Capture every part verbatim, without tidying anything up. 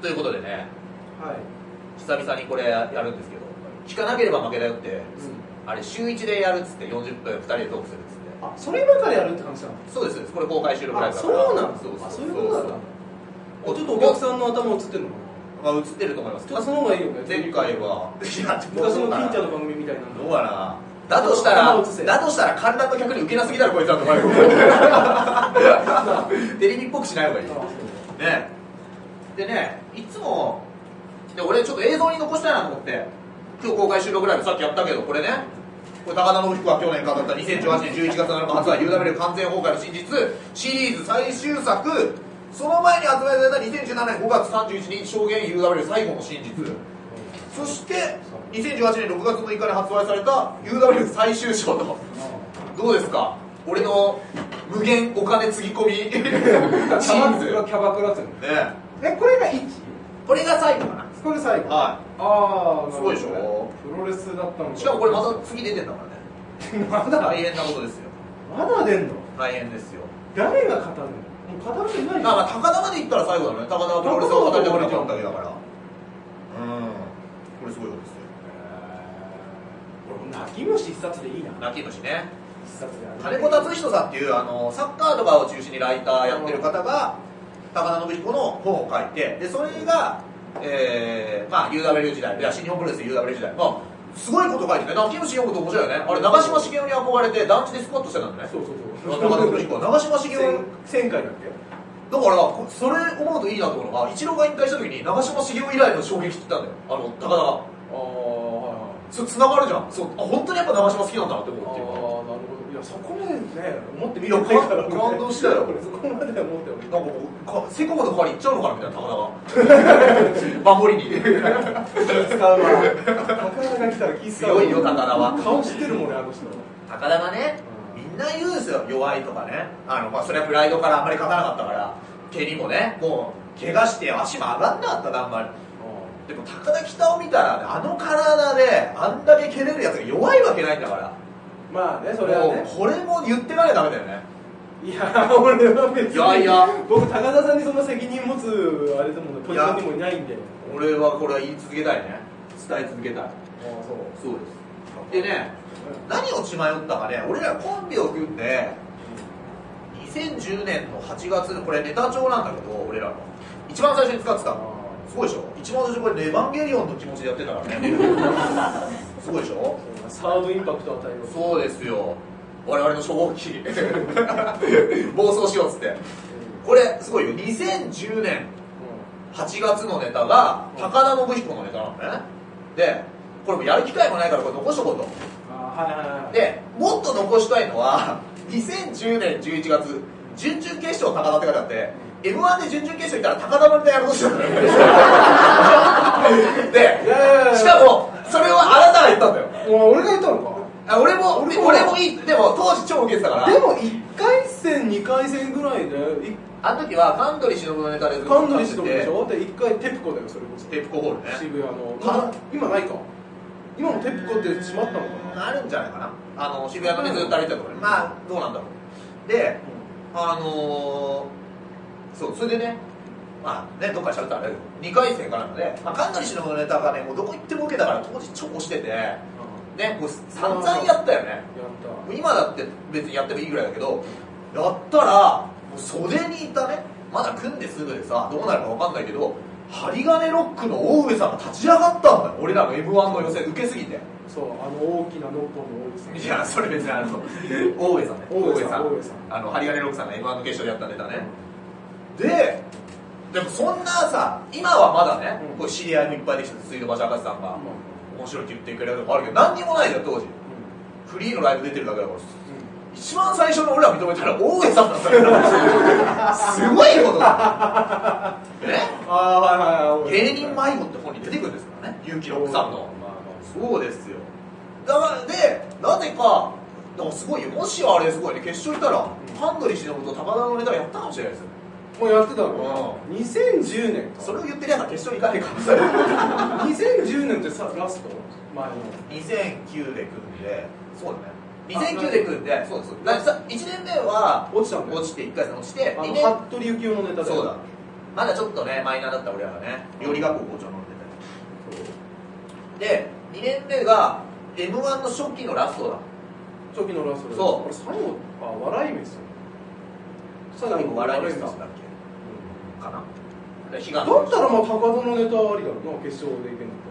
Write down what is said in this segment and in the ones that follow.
いうことでね、 はい、 久々にこれやるんですけど、聞かなければ負けだよって、うん、あれ週いちでやるっつってよんじゅっぷんふたりでトークするっつって。 あ、それ今からやるって話なの？ そうです、これ公開収録ライブだから。そうなんです。 そうそういうことだった。ちょっとお客さんの頭映ってるのかな？ まあ、映ってると思います。 あ、その方がいいよね。 前回は昔の金ちゃんの番組みたいな。 どうかな。だとしたら、だとしたら観覧の客に受けなすぎだろこいつだと思うよ。テレビっぽくしない方がいい。ね。でね、いつもで俺ちょっと映像に残したいなと思って、今日公開収録ライブさっきやったけど、これね、これ高田信彦が去年語ったにせんじゅうはちねんじゅういちがつなのか発売 ユーダブリュー 完全崩壊の真実シリーズ最終作。その前に発売されたにせんじゅうななねんごがつさんじゅういちにち証言 ユーダブリュー 最後の真実、そしてにせんじゅうはちねんろくがつむいかに発売された ユーダブリュー 最終章と。どうですか、俺の無限お金つぎ込みシリーズ。 キャバクラってね。え、これがいち？ これが最後かな。 これ最後。 はい。 ああ、 すごいでしょ。 プロレスだったのか。 しかもこれまた次出てんだからね。まだ大変なことですよ。 まだ出んの？ 大変ですよ。 誰が語るの？もう語る人いない。 まあ高田まで行ったら最後だね。高田はプロレスを語りたくなっちゃうんだけだから。うん。これすごいことですよ。 これ泣き虫一冊でいいな。 泣き虫ね。 一冊で。 金子達人さんっていうあのサッカーとかを中心にライターやってる方が高田信彦の本を書いて、でそれが、えー、まあ ユーダブリュー 時代、いや新日本プロレス ユーダブリュー 時代、まあすごいこと書いてね。泣き虫読むと面白いよね。あれ長嶋茂雄に憧れて団地でスクワットしてたんだね。 そうそうそう。 高田信彦は長嶋茂雄せんかいだっけ。 だからそれ思うといいなと思うのが、イチローが引退した時に長嶋茂雄以来の衝撃って言ったんだよ、あの高田が。ああ、はいはい。それ繋がるじゃん。そう、あ、本当にやっぱ長嶋好きなんだなって思うっていうか。ああ、なるほど。いや、そこまでね、思ってみてないから、ね、感動したよ。そこまで思ってもなんかこう、セコムの代わり行っちゃうのかなみたいな、高田が。守りに。気使うわ。高田が来たら気使う。強いよ、高田は。顔知ってるもんね、あの人。高田がね、みんな言うんですよ、弱いとかね。あの、まあ、それはプライドからあんまり勝たなかったから、蹴りもね、もう、怪我して足も上がんなかったな、あんまり。でも高田北を見たら、ね、あの体であんだけ蹴れるやつが弱いわけないんだから。 まあね、それはね。 これも言ってかなきゃダメだよね。 いや、俺は別に。いやいや、僕高田さんにそんな責任持つあれでもポジションにもいないんで。俺はこれは言い続けたいね。伝え続けたい。ああ、そう。そうです。でね、うん、何を血迷ったかね、俺らコンビを組んでにせんじゅうねんのはちがつ、これネタ帳なんだけど、俺らの一番最初に使ってたの。すごいでしょ。一番最初これエヴァンゲリオンの気持ちでやってたからね。すごいでしょ。サードインパクトを与える。そうですよ。我々の初号機暴走しようっつって。これすごいよ。にせんじゅうねんはちがつのネタが高田信彦のネタなのね。で、これもやる機会もないからこれ残しとこうと。あ、はいはいはい。で、もっと残したいのはにせんじゅうねんじゅういちがつ準々決勝高田って書いてあって。エムワン で準々決勝行ったら高田のネタやろうとしたのよ。で、しかもそれはあなたが言ったんだよ。俺が言ったのか。あ、俺も俺も俺もいい。でも当時超受けてたから。でもいっかいせんにかいせんぐらいで、あの時は神取忍のネタでずっと神取忍でしょ。でいっかいテプコだよ、それこそ。テプコホールね。渋谷の。今ないか。今もテプコって閉まったのかな。あるんじゃないかな。あの渋谷のねずっと歩いてたところね。まあどうなんだろう。で、あのー。そう、それでね、まあね、どっかで喋ったらあれだけど、にかいせんからなので、まあ、神取忍のネタがね、もうどこ行っても受けたから、当時超押してて、ね、もう散々やったよね。やった。今だって別にやってもいいぐらいだけど、やったら、もう袖にいたね、まだ組んですぐでさ、どうなるか分かんないけど、針金ロックの大上さんが立ち上がったんだよ、俺らの エムワン の予選受けすぎて。そう、あの大きなノットの大上さん。いや、それ別にあの、大上さんね。大上さん。あの、針金ロックさんが エムワン の決勝でやったネタね。で、でもそんなさ、今はまだね、うん、こう知り合いもいっぱいできて、水道橋博士さんが、うん、面白いって言ってくれるとこあるけど、何にもないじゃん、当時。うん、フリーのライブ出てるだけだから、うん、一番最初の俺ら認めたら、大江さんだったからすごいことだ。ね、あ、はいはい、芸人迷子って本に出てくるんですからね、結城六さんの。そうですよ。だからで、なぜか、だからすごいよ。もしあれすごいね、決勝いたら、神取忍と高田のネタやったかもしれないですよ。もうやってたの、うん、にせんじゅうねんそれを言ってるやつは決勝に行かないかもしれないにせんじゅうねんってさ、ラスト前のにせんきゅうで組んで、そうだね、にせんきゅうで組んで、そうです。いちねんめは落ちたんだよ。落ちていっかい戦落ちて、にねん服部幸雄のネタで。そうだ。 まだちょっとねマイナーだった俺らがね料理学校校長飲んでたでにねんめが エムワン の初期のラストだ。 初期のラストでそうこれ最後あ笑い飯最後笑い飯だっけ、うん、かなだったらまあ高田のネタありだろうな決勝でいけんの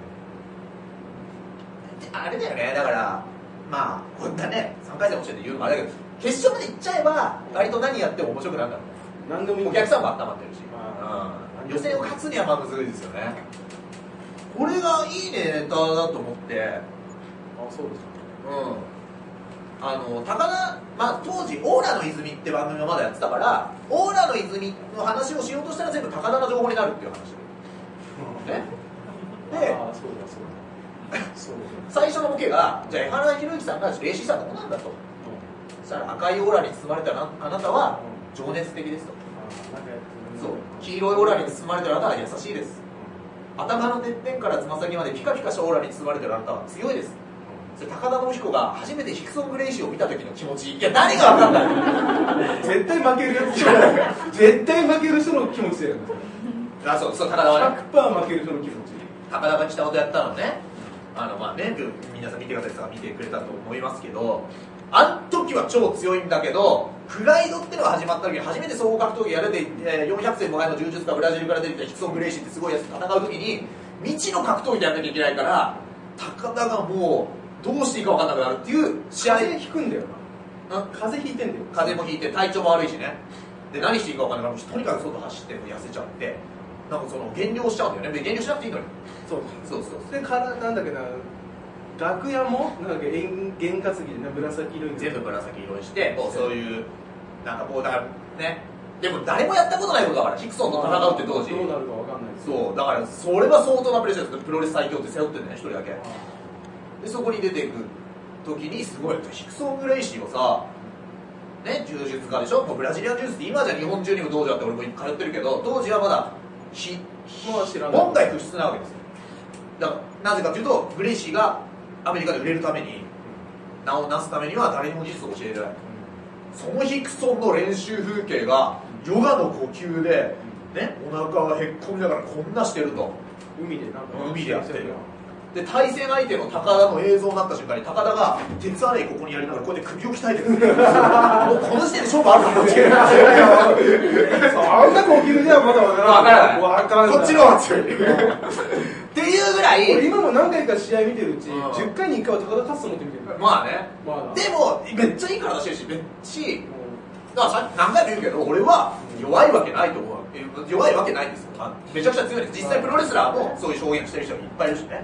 あれだよねだからまあこんなねさんかい戦もしてて言うのもあれだけど決勝まで行っちゃえば割と何やっても面白くなるんだろうね。 何でもいいお客さんも温まってるし、うん、予選を勝つにはまあ難しいですよね。これがいいネタだと思って。あ、 そうですか。 うん。あの高田、まあ、当時「オーラの泉」って番組がまだやってたから「オーラの泉」の話をしようとしたら全部高田の情報になるっていう話ね。で、あ、そうだそうだそうだ最初のボケがじゃあ江原宏之さんが霊視したらどうなんだと、うん、そしたら赤いオーラに包まれたらあなたは情熱的ですと、うん、そう黄色いオーラに包まれたらあなたは優しいです、うん、頭のてっぺんからつま先までピカピカしたオーラに包まれてるあなたは強いです。それ高田信彦が初めてヒクソン・グレイシーを見た時の気持ち、いや誰が分かんない絶対負けるやつじゃない絶対負ける人の気持ちだよね。 あ、そうそう高田はねひゃくパーセント 負ける人の気持ち。 高田が北本やったのね、あのまあね皆さん見てくださいって見てくれたと思いますけど、あん時は超強いんだけどプライドってのが始まった時に初めて総合格闘技やるで、えー、よんひゃくせんも前の柔術家ブラジルから出てきたヒクソン・グレイシーってすごいやつと戦う時に未知の格闘技でやらなきゃいけないから高田がもうどうしていいか分かんなくなるっていう試合。 風邪ひくんだよな。風邪ひいてんだよ。 風邪もひいて体調も悪いしね。で何していいか分かんないからとにかく外走って痩せちゃってなんかその減量しちゃうんだよね。減量しなくていいのに。そうそうそうでからなんだっけな楽屋もなんだっけ験担ぎでな紫色に全部紫色にしてこうそういうなんかこうだからね。でも誰もやったことないことだからヒクソンと戦うって当時どうなるか分かんないです。 そうだからそれは相当なプレッシャーです。プロレス最強って背負ってるね一人だけでそこに出ていく時にすごいヒクソン・グレイシーをさね柔術家でしょ。もうブラジリアン柔術って今じゃ日本中にも道場あって俺も通ってるけど当時はまだひ門外不出なわけですよ。だからなぜかというとグレイシーがアメリカで売れるために名を成すためには誰にも技術を教えてない、うん、そのヒクソンの練習風景がヨガの呼吸で、ね、お腹がへっこみながらこんなしてると海でなんか海でやってるよ。で対戦相手の高田の映像になった瞬間に高田が鉄アレイここにやりながらこうやって首を鍛えてるもうこの時点で勝負あるかもしれないあんな呼吸じゃまだ分からない。 こっちの方が強いっていうぐらい俺今も何回か試合見てるうち、うん、じゅっかいにいっかいは高田勝つと思って見てる。 まあね、まあ、でもめっちゃいい体してるしめっちゃいい、うん、だからさ何回も言うけど俺は弱いわけないと思う。弱いわけないんですよ。めちゃくちゃ強いです。実際プロレスラーもそういう証言してる人がいっぱいいるしね。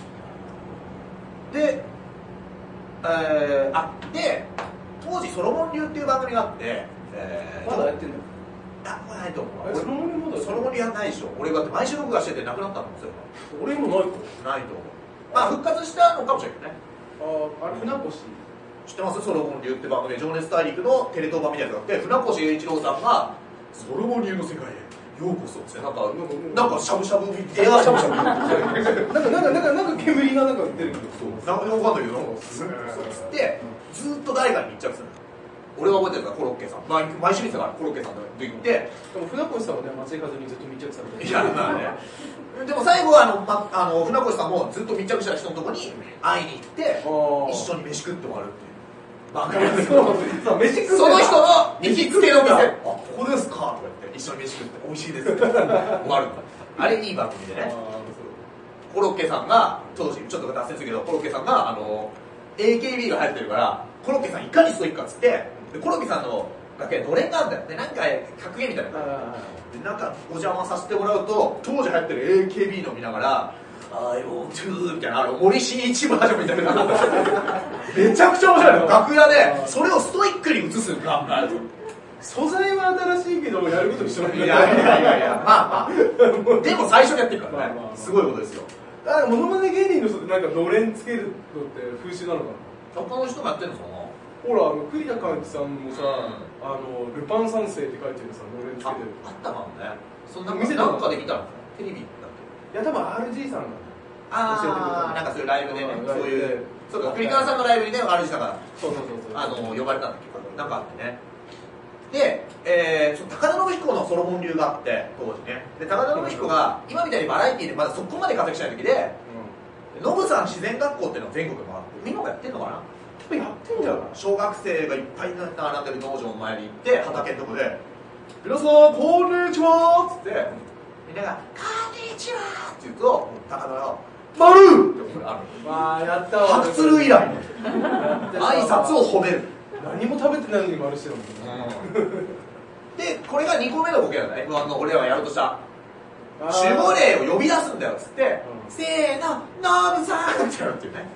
で、えー、あで当時ソロモン流っていう番組があって、 えー、まだやってんの？ あ、もうないと思う。 ソロモン流まだソロモン流やないでしょ。俺がって毎週録画しててなくなったんですよ。 俺もないとないと思う。まあ復活したのかもしれないね。 ああ、あれ船越知ってます？ソロモン流って番組で情熱大陸のテレ東版みたいなやつがあって船越英一郎さんがソロモン流の世界へようこそってなんかなんかしゃぶしゃぶ映画しゃぶしゃぶなんかなんかなんかなんか煙がなんか出るけどなんかわかんないけどなんかスッつってずっと誰かに密着する。俺が覚えてるからコロッケさん毎毎週見てたからコロッケさんと行ってでも船越さんはね松井風にずっと密着されていやまあねでも最後はあの、ま、あの船越さんもずっと密着した人のところに会いに行って一緒に飯食って終わるっていう番組なんですけどその人の行きつけの店あここですかとか言って一緒に飯食って美味しいですって終わるあれいい番組でねコロッケさんが当時ちょっと脱線するけどコロッケさんがあの エーケービー が入ってるからコロッケさんいかにストイックかっつってでコロッケさんのだけのれんがあるんだよでなんか格言みたいなでなんかお邪魔させてもらうと当時流行ってる エーケービー の見ながらI want to みたいなあの森進一バージョンみたいなめちゃくちゃ面白いの楽屋でそれをストイックに映すんだ素材は新しいけどやること一緒なんだいやいやいやいやまあまあでも最初にやってるからね、まあまあまあ、すごいことですよ。 だからモノマネ芸人の人ってなんかのれんつけるのって風習なのかな。 他の人もやってるのかな。 ほらあの栗田寛一さんもさ、うん、あのルパン三世って書いてるさのれんつけてるあ, あったかもね。そんな店なんかで見たのテレビだっけ。いや多分 アールジー さんがああなんかそういうライブでねそういうそうか栗川さんのライブにね アールジー さんがそうそうそうそうあの呼ばれたんだけどなんかあってねで、えー、その高田信彦のソロモン流があって当時ねで高田信彦が今みたいにバラエティーでまだそこまで活躍しない時でノブさん自然学校っていうのが全国でもあって今もやってんのかなやってんじゃん小学生がいっぱい並んでる農場の前に行って畑のとこで「皆さんこんにちは」っつってみんなが「こんにちは」って言うと高田が「まる!」ってあるまあやったわ初鶴以来挨拶を褒める何も食べてないのに丸してるもんね、 うん、でこれがにこめのボケなんだね エムワン の俺らがやろうとした守護霊を呼び出すんだよっつって、うん、せーのノブさんってやるっていうね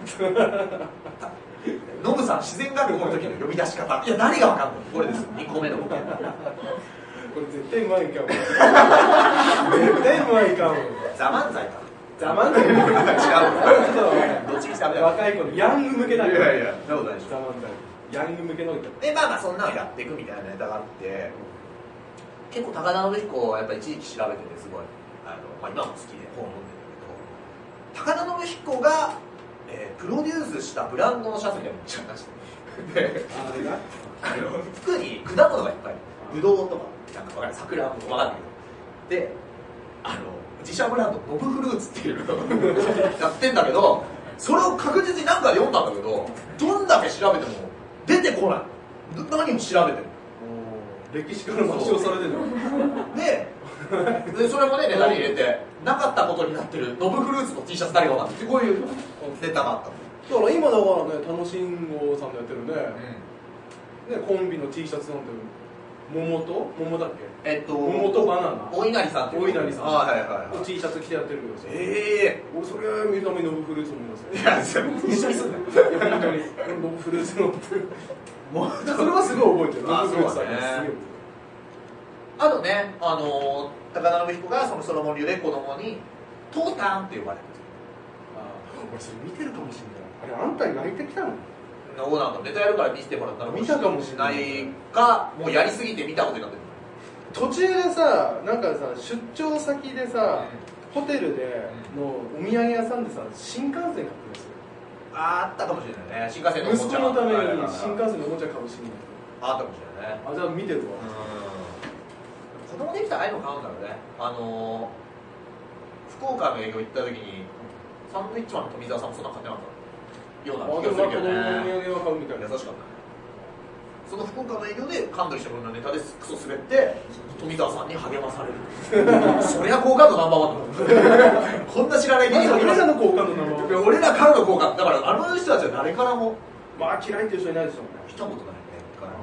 ノブさん自然学校の時の呼び出し方いや何が分かんないこれですにこめのボケこれ絶対うまいかも絶対うまいかもザ漫才かザ漫才違うどっちにしても若い子のヤング向けだからいやいやそんなことないでしょザ漫才ヤング向けのでまあまあそんなのやっていくみたいなネタがあって結構高田信彦はやっぱ一時期調べててすごいあの、まあ、今も好きで本を読んでるけど高田信彦が、えー、プロデュースしたブランドのシャツみたいなのを出してであれがあの服に果物がいっぱいぶどうとかなんか分かる桜も分かんないけどであの自社ブランドノブフルーツっていうのをやってんだけどそれを確実に何かで読んだんだけどどんだけ調べても出てこない何を調べてる歴史から抹消されてるのででそれもねネタに入れてなかったことになってるノブフルーツの T シャツ誰が分かんないってこういうネタがあっただから今だからね楽しんごさんのやってるね、うん、ねコンビの T シャツなんて桃と桃だっけえっと桃とバナナお稲荷さんってお稲荷さんあはいはいはい T シャツ着てやってるよええー、俺それは見た目ノブフルーツ飲みますよいや一緒にすんなよいや本当にノブフルーツ飲むもうそれはすごい覚えてるあそうだねあとねあのー、高田信彦がそのソロモン流で子供にトータンって呼ばれてるあ俺それ見てるかもしれないあれあんたに泣いてきたのどうなんだネタやるから見せてもらったら見たかもしれないかもうやりすぎて見たことになってる途中でさなんかさ出張先でさ、うん、ホテルでのお土産屋さんでさ新幹線買ってますよああったかもしれないね新幹線のおもちゃ息子のために新幹線のおもちゃ買うシーンあったかもしれないねあじゃあ見てるわ子供できたらああいうの買うんだろうねあのー、福岡の営業行った時にサンドイッチマンの富澤さんもそんな買ってなかったような気がするけどねあでも子供のお土産は買うみたいな優しかったねその福岡の営業で感動したようなネタでクソ滑って富澤さんに励まされるそりゃ好感度ナンバーワンだこんな知らない芸人俺らの好感度ナンバーワン俺らからの好感だからあの人たちは誰からもまあ嫌いっていう人いないでしょうね来たことないねから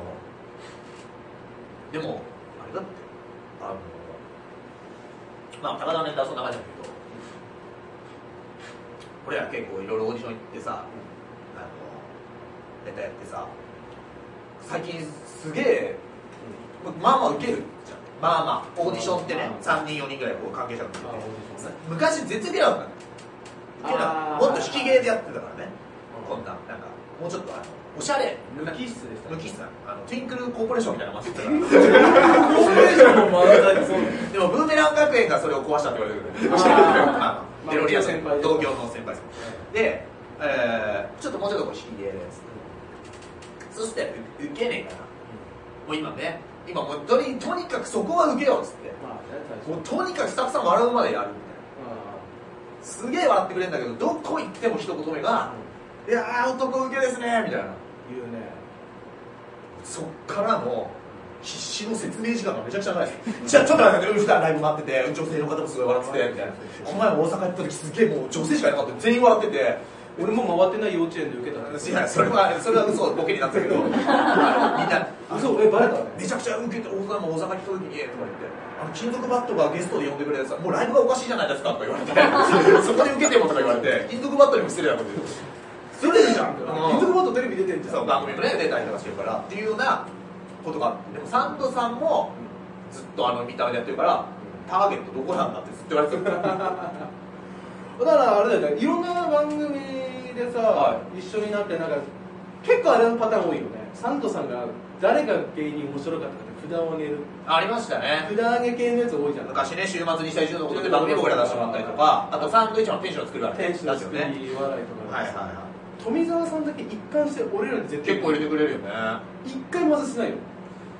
でもあれだってあのまあ高田のネタはそんな感じだけど俺ら結構いろいろオーディション行ってさ、あのネタやってさ最近すげえ、まあまあウケるじゃんまあまあオーディションってねさんにんよにんぐらいこう関係者がいて昔全然ウケなかったのもっと引き芸でやってたからねこんななんかもうちょっとあのおしゃれ無機質でした無機質なあのトゥインクルコーポレーションみたいなの待ってたからでもブーメラン学園がそれを壊したって言われてるデロリア先輩同業の先輩で、えー、ちょっともうちょっとこう引き芸でそしてウケねえかな、もう今ね今もうとにとにかくそこはウケようっつって、まあ、もうとにかくスタッフさん笑うまでやるみたいなすげえ笑ってくれるんだけどどこ行っても一言目が「いやー男ウケですね」みたいな言うねそっからの必死の説明時間がめちゃくちゃ長いじゃあちょっと待って普段ライブ回ってて女性の方もすごい笑っててみたいなこの前も大阪行った時すげえもう女性しかいなかった全員笑ってて俺も回ってない幼稚園で受けたいやそれはそれは嘘ボケになったけどみんな嘘えバレたねめちゃくちゃ受けて大阪も大阪に行った時にとか言ってあの金属バットがゲストで呼んでくれるやつもうライブがおかしいじゃないですかとか言われてそこで受けてもとか言われて金属バットにも失礼なこと言うテレビじゃん金属バットテレビ出てんじゃんそう番組もね出たりとかしてるからっていうようなことがあってでもサンドさんもずっとあの見た目でやってるからターゲットどこなんだってずっと言われてるだからあれだよねいろんな番組でさ、はい、一緒になってなんか結構あれのパターン多いよねサンドさんが誰が芸人面白かったかって札を上げるありましたね札上げ系のやつ多いじゃん昔ね週末にしたい週のことで番組僕ら出してもらったりとかあとサンドイッチのテンション作るからテンション作り笑いとかはいはいはい富澤さんだけ一貫して俺らに絶対結構入れてくれるよね一回まずしないよ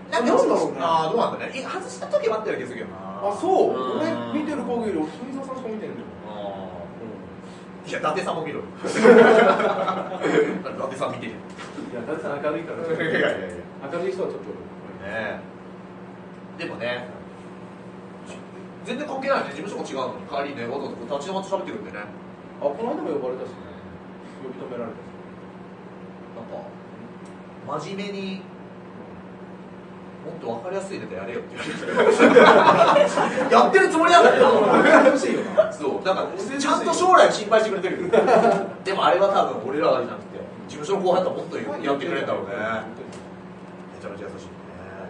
なんだろうね。ああ、どうなんだね。外した時はあったような気がするけどな。 あ、そう。俺見てる限り、俺富澤さんしか見てんのよ。 いや、伊達さんも見ろよ。伊達さん見てる。 いや、伊達さん明るいから。いやいやいや、明るい人はちょっとね。でもね、全然関係ないよね。事務所も違うのに帰りね、わざわざ立ち止まって喋ってくるんでね。 あ、この間も呼ばれたしね。呼び止められたし。 なんか真面目にもっと分かりやすいネタやれよって言われてやってるつもりなんだけどそうなんかちゃんと将来心配してくれてるでもあれは多分俺らだけじゃなくて事務所の後輩だったらもっとやってくれるんだろうね。めちゃめちゃ優しいね。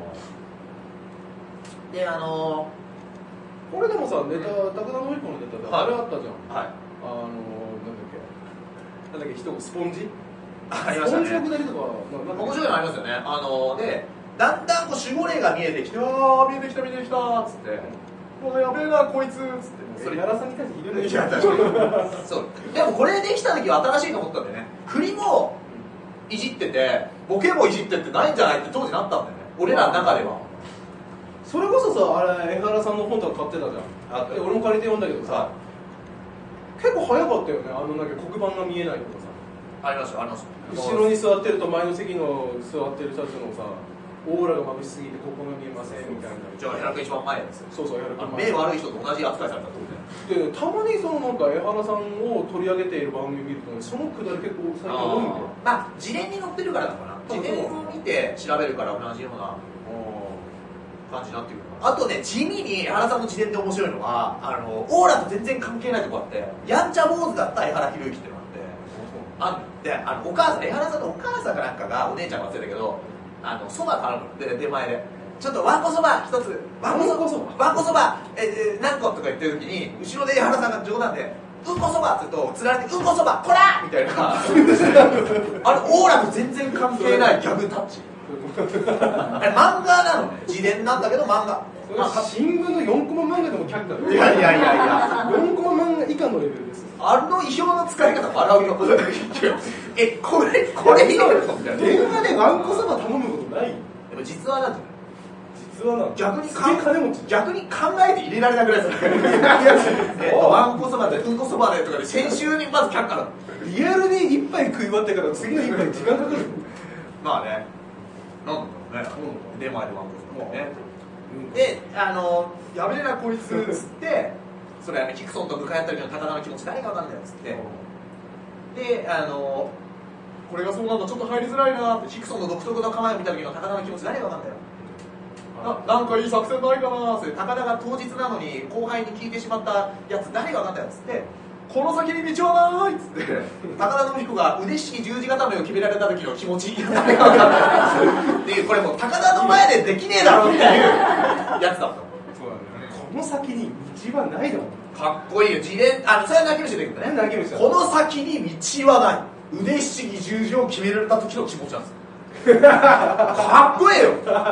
であのー、これでもさ、ネタ、高田の一個のネタであれあったじゃん。はい。あのー、なんだっけなんだっけ、一言スポンジありましたね。 スポンジのくだりとか面白いのありますよね。あのでだんだんこう守護霊が見えてきて、あー見えてきた見えてきたっつって、もうやべえなこいつっつって、 それやらさんに対してひどいね。 そうでもこれできた時は新しいと思ったんでね。振りもいじっててボケもいじってってないんじゃないって当時なったんだよね、俺らの中では。 それこそさ、あれ江原さんの本とか買ってたじゃん。あ、俺も借りて読んだけどさ、結構早かったよね。あのなんか黒板が見えないとかさ。 ありましたありました。 後ろに座ってると前の席の座ってる人たちのさ、オーラが眩しすぎてここが見えませんみたいな。 じゃあ江原君一番前ですよ。 そうそう江原君目悪い人と同じ扱いされたってことで、たまにそのなんか江原さんを取り上げている番組見ると、ね、そのくだり結構最近多いんだよ。 まあ自伝に載ってるからだから自伝を見て調べるから同じような感じになってくる。あとね、地味に江原さんの自伝で面白いのはあのオーラと全然関係ないとこあって、やんちゃ坊主だった江原宏之っていうのがあって、あってあのお母さん、江原さんのお母さんかなんかが、お姉ちゃんが忘れたけど、あのそば頼むで出前で、ちょっとわんこそば一つ、わんこそばわんこそばええ何個とか言ってる時に、後ろで江原さんが冗談でうんこそばって言うと、つられてうんこそばこらみたいなあれオーラと全然関係ないギャグタッチあれ漫画なのね、自伝なんだけど漫画。 まあ、新聞のよんコマ漫画でも却下だよ。 いやいやいやいやよんコマ漫画以下のレベルです。 あの意表の使い方笑うよえ、これ、これ見ろよみたいな。 電話でわんこそば頼むことない。 でも実話なんじゃない？ 実話なん逆に金持ち逆に考えて入れられなくないですかえっと、わんこそばでうんこそばでとかで先週にまず却下だ。 リアルに一杯食い終わってから次の一杯時間かかるまあね、なんだろうね、出前でわんこそばね。で、あの、やべえなこいつっつってそれあのヒクソンと向かい合った時の高田の気持ち誰か分かんないっつってで、あのこれがそうなんだちょっと入りづらいなって、ヒクソンの独特の構えを見た時の高田の気持ち誰が分かんないよな、なんかいい作戦ないかなって、高田が当日なのに後輩に聞いてしまったやつ誰が分かんないよっつって、この先に道はないっつって高田信彦が腕式十字固めを決められた時の気持ち誰が分かんないっていう、これもう高田の前でできねえだろっていうやつだった。 そうだね、この先に道はないだもん。 かっこいいよ、自伝、あの、それは泣き虫だけどね。 泣き虫だ。 この先に道はない。腕七技十字を決められた時の気持ちなんですかっこいいよ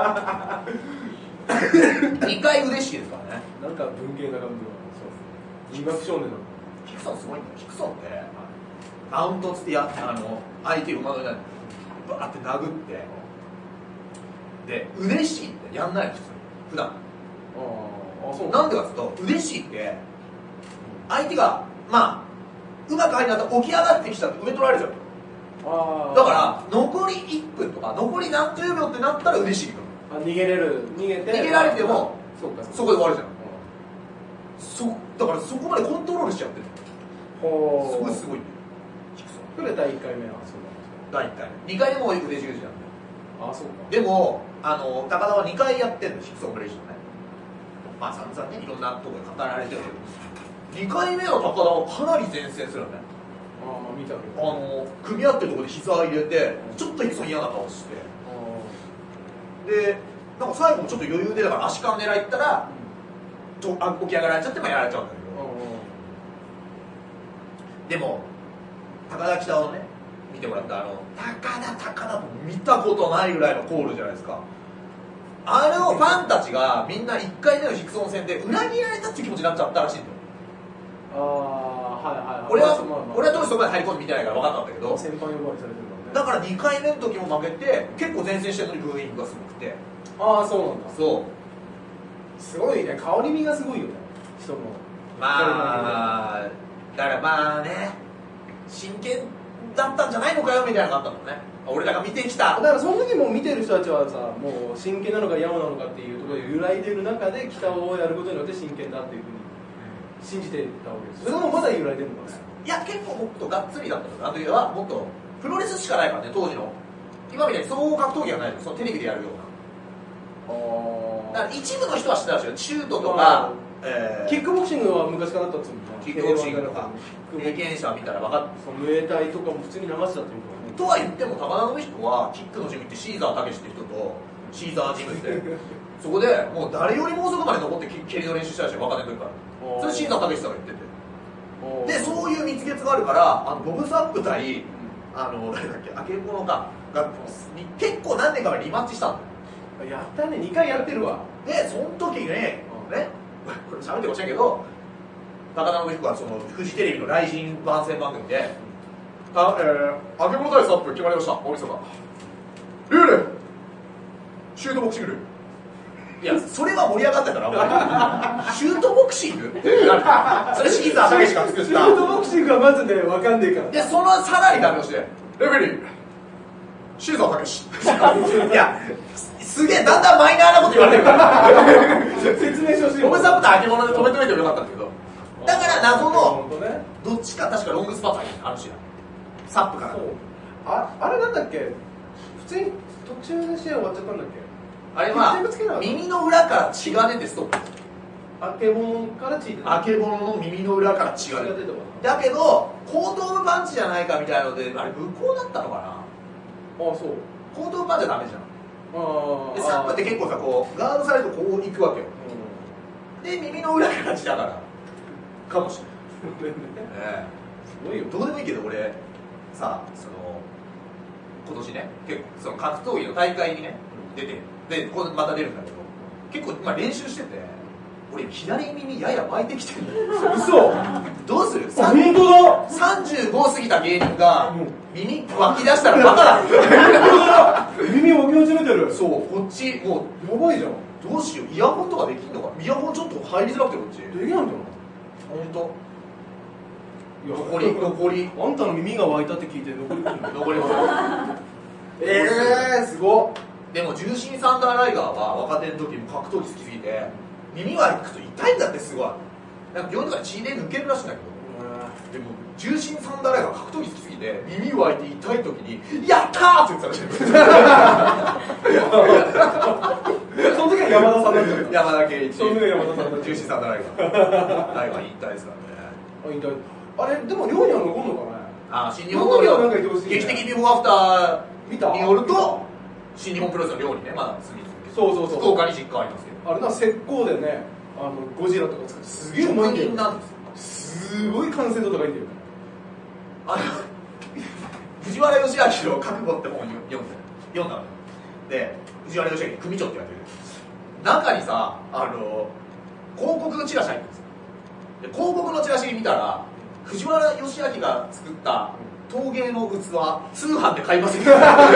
にかい腕七ですからね。 なんか文芸な感じは。医学少年なの。 ヒクソンすごいんだよ。ヒクソンってマウントつってやあの相手を馬の上にバーって殴ってで腕七ってやんないの普通普段。ああ、そうなんでかっていうと、腕七って相手がまあうまく入んなかったら起き上がってきたら上取られちゃう。あだから残りいっぷんとか残り何十秒ってなったら腕七くる。 あ、逃げれる逃げて逃げられてもそうかそこで終わるじゃん。そだからそこまでコントロールしちゃってる。ほすごいすごい。 それだいいっかいめはそうだいいっかいめにかいめも腕十字なんだよ。 ああ、そうか。 でもあの高田はにかいやってんの、ヒクソンブレイジのね。まあ散々ねいろんなところで語られてるけど、にかいめの高田はかなり前線するよね。 ああ、まあ見たけど、 あの組み合ってるところで膝入れてちょっとヒクソン嫌な顔してでなんか最後もちょっと余裕でだから足から狙いったら、うん、とあ起き上がられちゃってもやられちゃうんだけど、でも高田北をね見てもらったあの高田高田と見たことないぐらいのコールじゃないですか。あれをファンたちがみんないっかいめのヒクソン戦で裏切られたっていう気持ちになっちゃったらしいんだよ。ああ、はいはいはい。俺は、まあまあ、俺は当時そこまで入り込んで見てないから分かったんだけど、 先輩呼ばわりされてるからね。 だからにかいめの時も負けて結構前線してるのにブーイングがすごくて、 ああ、そうなんだ。 そうすごいね、顔に身がすごいよね、人も。 まあだからまあね、真剣だったんじゃないのかよみたいなのがあったもんね、俺らが見てきた。 だからその時も見てる人たちはさ、もう真剣なのか山なのかっていうところで揺らいでる中で北をやることによって真剣だっていうふうに信じてたわけです。それもまだ揺らいでるのかね。 いや結構もっとがっつりだったの。あの時はもっとプロレスしかないからね、当時の。今みたいに総合格闘技がないの、そのテレビでやるような。だから一部の人は知ってたんですよ、シュートとか、えー、 キックボクシングは昔からあったっつうの。 キックボクシングとか経験者見たら分かって、 ムエタイとかも普通に流してたっていうかね。 とは言っても高田信彦はキックのジムってシーザーたけしって人とシーザージムってそこでもう誰よりも遅くまで残って蹴りの練習したでしょ、若手の時から。それシーザーたけしさんが言ってて、でそういう蜜月があるから、あのボブ・サップ対あの誰だっけ、あけぼのかが結構何年か前にリマッチしたんだよ。 やったね、にかいやってるわ。 でその時にね、ねこれ喋ってほしいけど、高田信彦はそのフジテレビの雷神番宣番組で「あ、えー、あけぼの対サップ決まりました、大晦日ルールシュートボクシングルール」いやそれは盛り上がったからシュートボクシングってなる。それシーザーだけしか作ったシュートボクシングはまずね分かんねえから。 でそのさらにダメをしてレフェリーシーザーたけしいやすげえだんだんマイナーなこと言われるから説明書しよう。 ボブサップとあけぼので止めておいてもよかったんだけど、だから謎のどっちか確かロングスパートあるしな、サップから。 ああれなんだっけ、普通に途中で試合終わっちゃったんだっけ。 あれは耳の裏から血が出てストップ。 あけぼのから血出てあけぼのの耳の裏から血が出てる。だけど後頭部パンチじゃないかみたいなので、あれ無効だったのかな。ああ、そう。 後頭部パンチはダメじゃん。 あでサップって結構さ、こうガードされるとこういくわけよ、うん、で耳の裏から血だからかもしれないね。すごいよ。どうでもいいけど、俺さ、その今年ね、結構その格闘技の大会にね出て、でこれまた出るんだけど、結構今練習してて、俺左耳やや巻いてきてるの。 嘘。 どうする？ あ、本当だ。 さんじゅうご過ぎた芸人が耳湧き出したらバカだ。 耳湧き始めてる。 そう、こっちもうやばいじゃん。 どうしよう、イヤホンとかできんのか。イヤホンちょっと入りづらくてこっち。 できないんじゃない？ 本当。残り残り。 あんたの耳が湧いたって聞いて残り残ります。 ええー、すごっ。 でも重心サンダーライガーは若手の時も格闘技好きすぎて耳は行くと痛いんだって。すごいなんか病院とかで血で抜けるらしいんだけど、でも重心サンダーライガー格闘技好きすぎて耳湧いて痛い時に「やったー!」って言ってたらしい。 その時は山田さんなんだよ。 山田圭一。 その時は山田さんだ。 重心サンダーライガーライガー引退ですからね。 あ、引退。あれでも寮には残るのかね。 あ、新日本の寮、劇的ビフォーアフターによると新日本プロレスの寮にねまだ住み続けて、 そうそうそう、 福岡に実家ありますけど、 あれな、石膏でね、あのゴジラとか作ってすげえうまいんだよ。 なんですすごい完成度高いんだよ。 あの藤原義明の覚悟って本を読んで読んだので、藤原義明組長って言われてる。中にさ、あの広告のチラシ入ってるんですよ。で広告のチラシ見たら藤原義明が作った陶芸の器通販で買いますよ。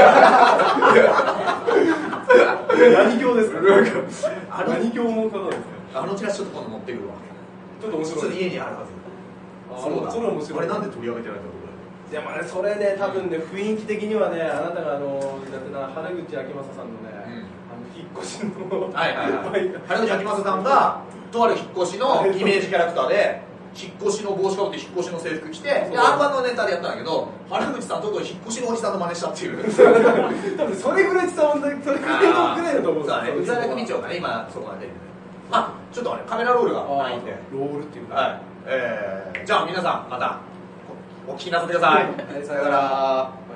何教ですか？ あの何教の方ですか？ あのチラシちょっと今度持ってくるわ。 ちょっと面白い。 それ家にあるはず。 そうだ。それ面白い。 あれなんで取り上げてないんだろう。 いや、まあね、それね、多分ね、雰囲気的にはね、あなたがあのだってな、原口あきまささんのね、うん、あの引っ越しのはいはいはい原口あきまささんがとある引っ越しのイメージキャラクターで引っ越しの帽子かぶって引っ越しの制服着て、でアーバンのネタでやったんだけど、原口さんちょっと引っ越しのおじさんの真似したっていう多分それぐらい伝わんない、それぐらいのぐらいだと思うんですよ。 そうだね、宇佐組長がね今そこまであ、ちょっとあれカメラロールがないんで、 ロールっていうか、 はい、えー、じゃあ皆さんまたお聞きなさってください、 はい、 さよなら。